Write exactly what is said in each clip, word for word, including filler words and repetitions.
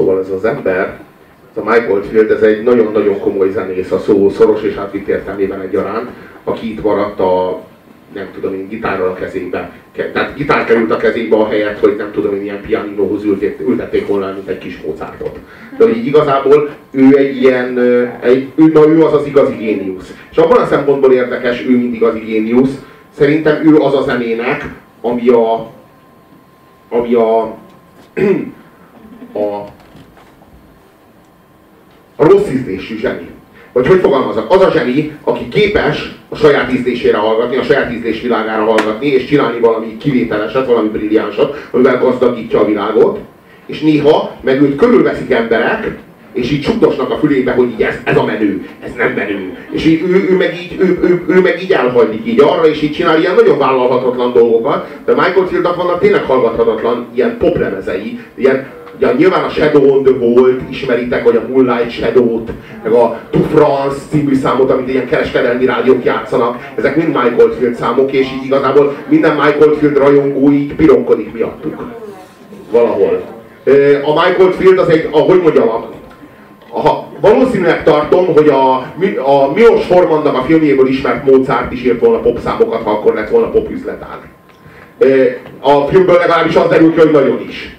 Szóval ez az ember, ez a Mike Oldfield, ez egy nagyon-nagyon komoly zenész a szó szoros és átvitt értelmében egyaránt, aki itt maradt a, nem tudom én, gitárral a kezébe. Tehát gitár került a kezébe a helyet, hogy nem tudom én, ilyen pianinóhoz ültették volna, mint egy kis Mozartot. De hogy igazából ő egy ilyen, egy, ő, na ő az az igazi géniusz. És abban a szempontból érdekes, ő mint igazi géniusz, szerintem ő az a zenének, ami a, ami a, a, a rossz ízlésű zseni. Vagy hogy fogalmazok? Az a zseni, aki képes a saját ízlésére hallgatni, a saját ízlés világára hallgatni, és csinálni valami kivételeset, valami brilliánsat, amivel gazdagítja a világot, és néha meg őt körülveszik emberek, és így csukdosnak a fülébe, hogy így ez, ez a menő, ez nem menő. És így, ő, ő, meg így, ő, ő, ő meg így elhajlik így arra, és így csinál ilyen nagyon vállalhatatlan dolgokat, de Mike Oldfieldnak vannak tényleg hallgathatatlan ilyen popremezei, ilyen, ja, nyilván a Shadow on the Vault ismeritek, vagy a Moonlight Shadow-t, meg a To France című számot, amit ilyen kereskedelmi rádiók játszanak, ezek mind Mike Oldfield számok, és így igazából minden Mike Oldfield rajongó így pironkodik miattuk. Valahol. A Mike Oldfield az egy, ahogy mondjam, a, valószínűleg tartom, hogy a, a Milos Formannak a filmjéből ismert Mozart is írt volna popszámokat, ha akkor lett volna popüzletág. A filmből legalábbis az derül ki, hogy nagyon is.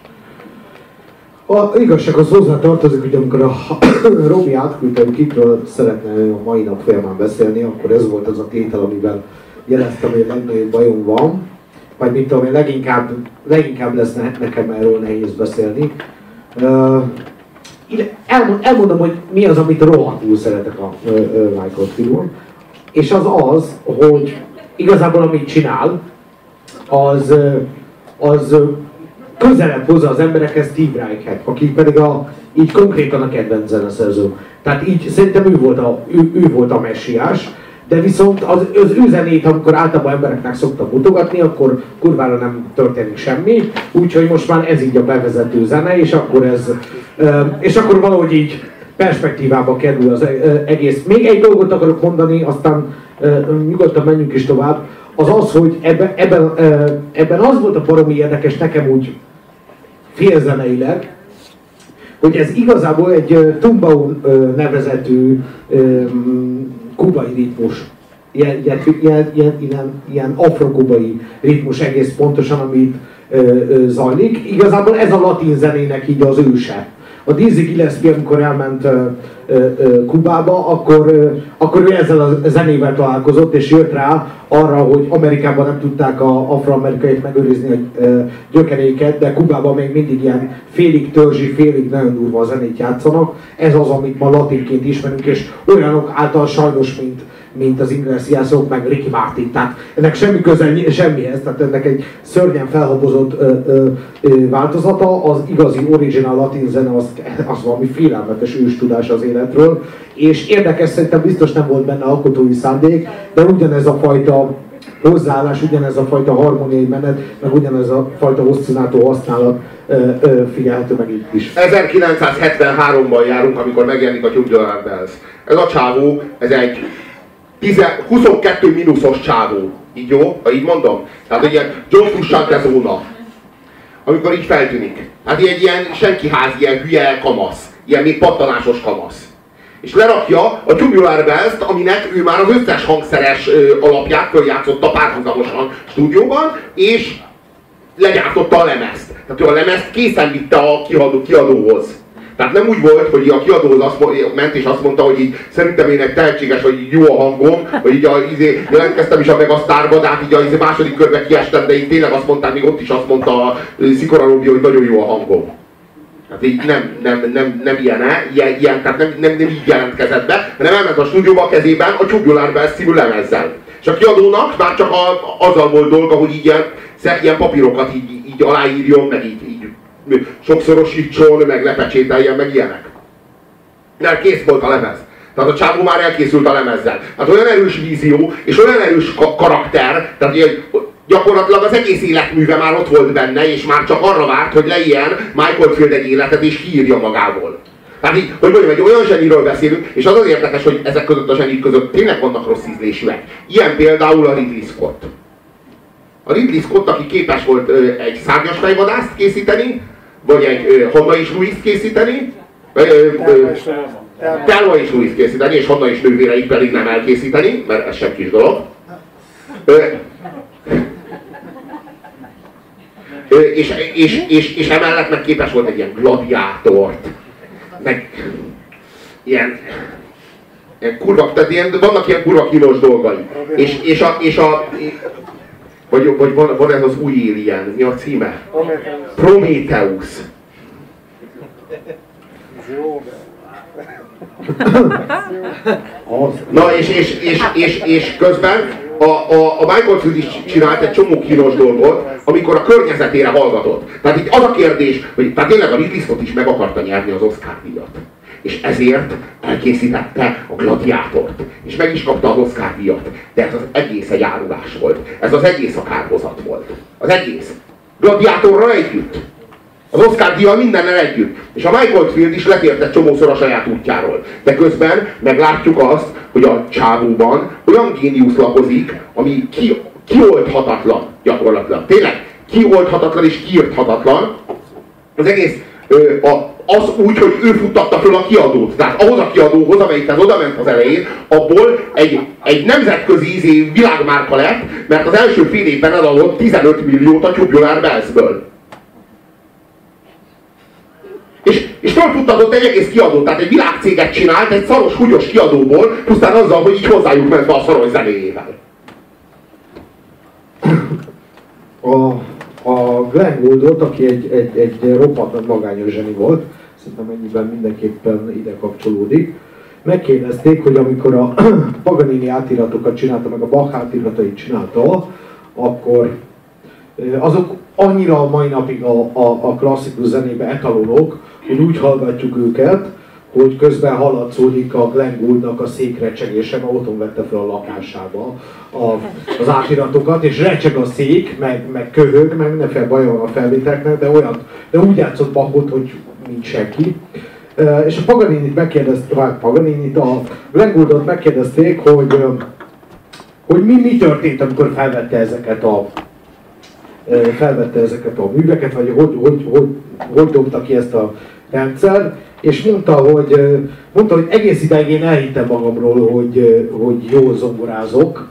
A igazság az hozzá tartozik, hogy amikor a Robi átküldte, hogy kikről szeretne a mai nap folyamán beszélni, akkor ez volt az a tétel, amivel jeleztem, hogy a legnagyobb bajom van. Vagy mit tudom én, leginkább, leginkább lesz nekem erről nehéz beszélni. Uh, elmondom, hogy mi az, amit rohadtul szeretek a uh, Mike Oldfieldról. És az az, hogy igazából amit csinál, az, uh, az uh, közelebb hozza az emberekhez Steve Reichert, aki pedig a, így konkrétan a kedvenc zeneszerző. Tehát így szerintem ő volt a, ő, ő volt a messiás. De viszont az, az ő zenét, amikor általában embereknek szoktam mutogatni, akkor kurvára nem történik semmi, úgyhogy most már ez így a bevezető zene, és akkor ez, és akkor valahogy így perspektívába kerül az egész. Még egy dolgot akarok mondani, aztán nyugodtan menjünk is tovább, az az, hogy ebben, ebben, ebben az volt a baromi érdekes nekem úgy félzeneileg, hogy ez igazából egy tumbao nevezetű kubai ritmus, ilyen, ilyen, ilyen, ilyen, ilyen afro-kubai ritmus egész pontosan, amit ö, ö, zajlik. Igazából ez a latin zenének így az őse. A Dizzy Gillespie, amikor elment ö, ö, ö, Kubába, akkor, ö, akkor ő ezzel a zenével találkozott, és jött rá arra, hogy Amerikában nem tudták a afroamerikait megőrizni a ö, gyökeréket, de Kubában még mindig ilyen félig törzsi, félig nagyon durva a zenét játszanak. Ez az, amit ma latinként ismerünk, és olyanok által sajnos, mint mint az Iglesiasok, meg Ricky Martin. Tehát ennek semmi köze semmihez, tehát ennek egy szörnyen felhabozott ö, ö, ö, változata, az igazi original latin zene, az, az valami félelmetes őstudás az életről, és érdekes, szerintem biztos nem volt benne alkotói szándék, de ugyanez a fajta hozzáállás, ugyanez a fajta harmóniai menet, meg ugyanez a fajta oszcillátó használat ö, ö, figyelhető meg itt is. ezerkilencszázhetvenháromban járunk, amikor megjelenik a Tubular Bells. Ez a csávó, ez egy huszonkettő mínuszos csávó. Így jó? Ha így mondom? Tehát egy ilyen John Frusciante zóna. Amikor így feltűnik. Hát egy ilyen senkiház, ilyen hülye kamasz. Ilyen még pattanásos kamasz. És lerakja a Tubular Bells-t, aminek ő már az összes hangszeres ö, alapját följátszotta párhuzamosan stúdióban, és legyártotta a lemezt. Tehát ő a lemezt készen vitte a kiadó, kiadóhoz. Tehát nem úgy volt, hogy a kiadóhoz azt ment és azt mondta, hogy így szerintem én egy tehetséges, hogy jó a hangom, vagy így a, izé, jelentkeztem is a Megasztárba, de hát így a izé, második körbe kiestem, de így tényleg azt mondták, még ott is azt mondta a Szikora Robi, hogy nagyon jó a hangom. Tehát így nem, nem, nem, nem ilyen, ilyen, ilyen, tehát nem, nem, nem így jelentkezett be, hanem elment a stúdióba a kezében a Tubular Bells című lemezzel. És a kiadónak már csak a, azzal volt dolga, hogy így ilyen, ilyen papírokat így, így aláírjon, meg így, így sokszorosítson, meg lepecsételjen, meg ilyenek. De kész volt a lemez. Tehát a csávó már elkészült a lemezzel. Hát olyan erős vízió, és olyan erős karakter, tehát gyakorlatilag az egész életműve már ott volt benne, és már csak arra várt, hogy leilyen Mike Oldfield egy életet, és kiírja magából. Tehát így, hogy mondjam, egy olyan zseniről beszélünk, és az az érdekes, hogy ezek között a zsenik között tényleg vannak rossz ízlésűek. Ilyen például a Ridley Scott. A Ridley Scott, aki képes volt ö, egy szárnyas fejvadászt készíteni, vagy egy Hanna és Louis készíteni, Thelma és Louis készíteni, és Hanna és nővéreit pedig nem elkészíteni, mert ez sem kis dolog. És, és, és, és emellett meg képes volt egy ilyen gladiátort, meg ilyen, ilyen kurva, tehát ilyen, vannak ilyen kurva kínos dolgai. És, és a, és a vagy, vagy van, van ez az új Alien, mi a címe? Prometheus. Na és, és, és, és, és közben a, a, a Michael Field is csinált egy csomó kínos dolgot, amikor a környezetére hallgatott. Tehát itt az a kérdés, hogy tehát tényleg a Ridley Scott is meg akarta nyerni az Oscar-díjat. És ezért elkészítette a Gladiátort. És meg is kapta az Oscar-díjat. De ez az egész egy árulás volt. Ez az egész a kárhozat volt. Az egész. Gladiátorral együtt. Az Oscar-díjjal mindennel együtt. És a Michael Field is letért egy csomószor a saját útjáról. De közben meglátjuk azt, hogy a csávóban olyan géniusz lakozik, ami ki, kioldhatatlan gyakorlatilag. Tényleg, kioldhatatlan és kiírthatatlan. Az egész ö, a, az úgy, hogy ő futtatta föl a kiadót. Tehát ahhoz a kiadóhoz, amelyikhez oda ment az elején, abból egy, egy nemzetközi izé világmárka lett, mert az első fél évben eladott tizenöt milliót a Tubular Bells-ből. És, és felfuttatott egy egész kiadót, tehát egy világcéget csinált egy szaros, húgyos kiadóból, pusztán azzal, hogy így hozzájuk ment be a szaros zenéjével. A, a Glenn Gouldot, aki egy, egy, egy roppant magányos zseni volt, szerintem ennyiben mindenképpen ide kapcsolódik, megkérdezték, hogy amikor a Paganini átiratokat csinálta, meg a Bach átiratait csinálta, akkor azok annyira a mai napig a, a, a klasszikus zenébe etalonok, hogy úgy hallgatjuk őket, hogy közben hallatszódik a Glenn Gouldnak a székrecsegése, mert otthon vette fel a lakásába a, az átiratokat, és recseg a szék, meg, meg köhög, meg mindenféle baja van a felvételeknek, de olyan, de úgy játszott Bachot, hogy nincs senki. És a Paganinit megkérdezték, vagy Paganinit, a Glenn Gouldot megkérdezték, hogy, hogy mi, mi történt, amikor felvette ezeket a felvette ezeket a műveket, vagy hogy, hogy, hogy, hogy dobta ki ezt a rendszer, és mondta, hogy, mondta, hogy egész ideig én elhittem magamról, hogy, hogy jól zongorázok,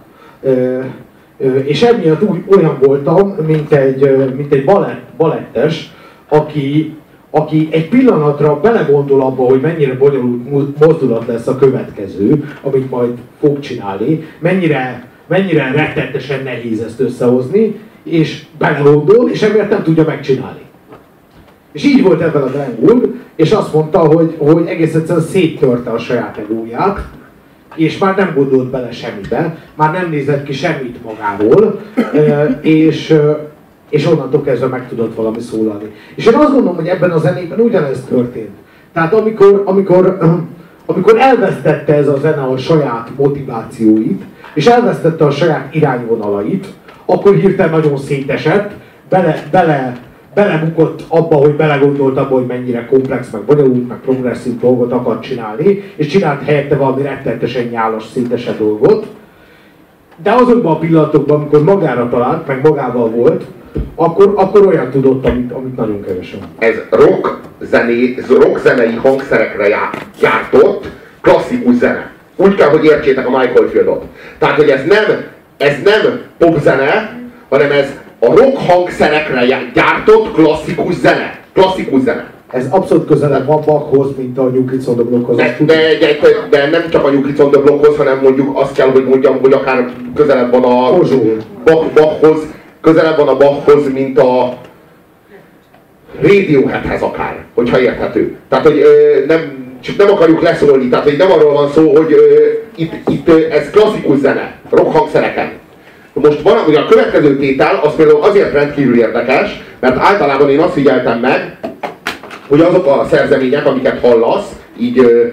és emiatt úgy olyan voltam, mint egy, mint egy balett, balettes, aki, aki egy pillanatra belegondol abba, hogy mennyire bonyolult mozdulat lesz a következő, amit majd fog csinálni, mennyire, mennyire rettenetesen nehéz ezt összehozni, és belegondol, és emiatt nem tudja megcsinálni. És így volt ebben a Glenn Gould, és azt mondta, hogy, hogy egész egyszerűen széttörte a saját egóját, és már nem gondolt bele semmibe, már nem nézett ki semmit magáról, és, és onnantól kezdve meg tudott valami szólalni. És én azt gondolom, hogy ebben a zenében ugyanez történt. Tehát amikor, amikor, amikor elvesztette ez a zene a saját motivációit, és elvesztette a saját irányvonalait, akkor hirtelen nagyon szétesett, bele, bele, belebukott abba, hogy belegondolt abba, hogy mennyire komplex, meg bonyolult, meg progresszív dolgot akar csinálni, és csinált helyette valami rettenetesen nyálas, szétesett dolgot. De azokban a pillanatokban, amikor magára talált, meg magával volt, akkor, akkor olyan tudott, amit, amit nagyon kevesen. Ez rock, zené, rock zenei hangszerekre gyártott klasszikus zene. Úgy kell, hogy értsétek a Michael Fieldot. Tehát, hogy ez nem, ez nem popzene, hanem ez a rock hangszerekre gyártott klasszikus zene. Klasszikus zene. Ez abszolút közelebb van Bachhoz, mint a New Kids on the Blockhoz. De, de, de, de nem csak a New Kids on the Blockhoz, hanem mondjuk azt kell, hogy mondjam, hogy akár közelebb van a Bach, Bachhoz, közelebb van a Bachhoz, mint a Radioheadhez akár, hogyha érthető. Tehát, hogy ö, nem, csak nem akarjuk leszólni, tehát, hogy nem arról van szó, hogy ö, itt, itt ö, ez klasszikus zene, rock hangszereken. Most van, ugye a következő tétel, az például azért rendkívül érdekes, mert általában én azt figyeltem meg, hogy azok a szerzemények, amiket hallasz, így ö,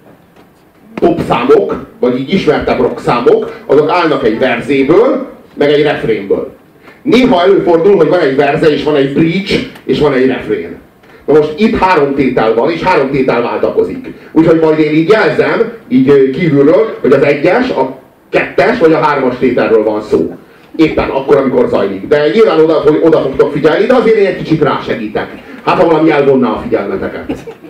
top számok, vagy így ismertebb rock számok, azok állnak egy verzéből, meg egy refrénből. Néha előfordul, hogy van egy verze, és van egy bridge, és van egy refrén. Na most itt három tétel van, és három tétel váltakozik. Úgyhogy majd én így jelzem, így kívülről, hogy az egyes, a kettes vagy a hármas tételről van szó. Éppen akkor, amikor zajlik. De nyilván oda, hogy oda fogtok figyelni, de azért én egy kicsit rásegítek. Hát ha valami elvonná a figyelmeteket.